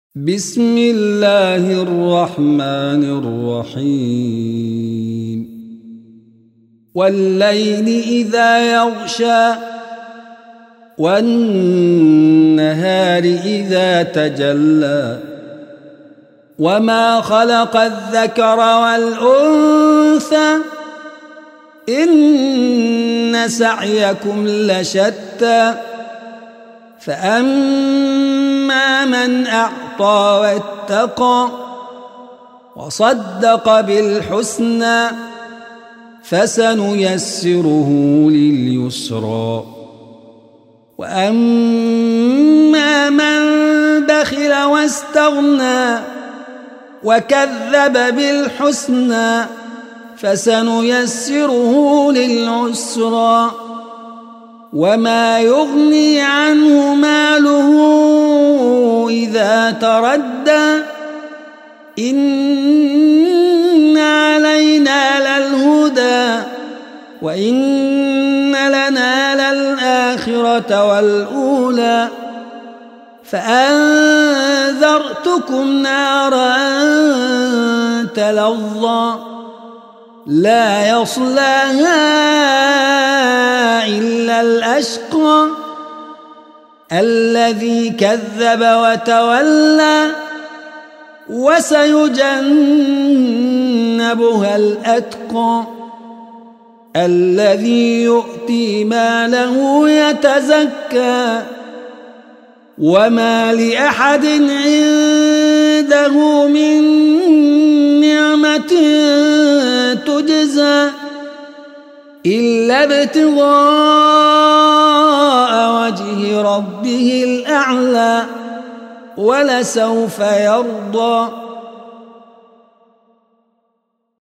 بسم الله الرحمن الرحيم والليل إذا يغشى والنهار إذا تجلى وما خلق الذكر والأنثى إن سعيكم لشتى فأما من أعطى واتقى وصدق بالحسنى فسنيسره لليسرى وأما من بخل واستغنى وكذب بالحسنى فسنيسره للعسرى وما يغني عنه ماله إذا تردى إن علينا للهدى وإن لنا للآخرة والأولى فأنذرتكم نارا تلظى لا يصلاها إلا الأشقى الذي كذب وتولى وسيجنبها الأتقى الذي يؤتي ماله يتزكى وما لأحد عنده من نعمة تجزى إلا ابتغاء وجه ربه الأعلى ولسوف يرضى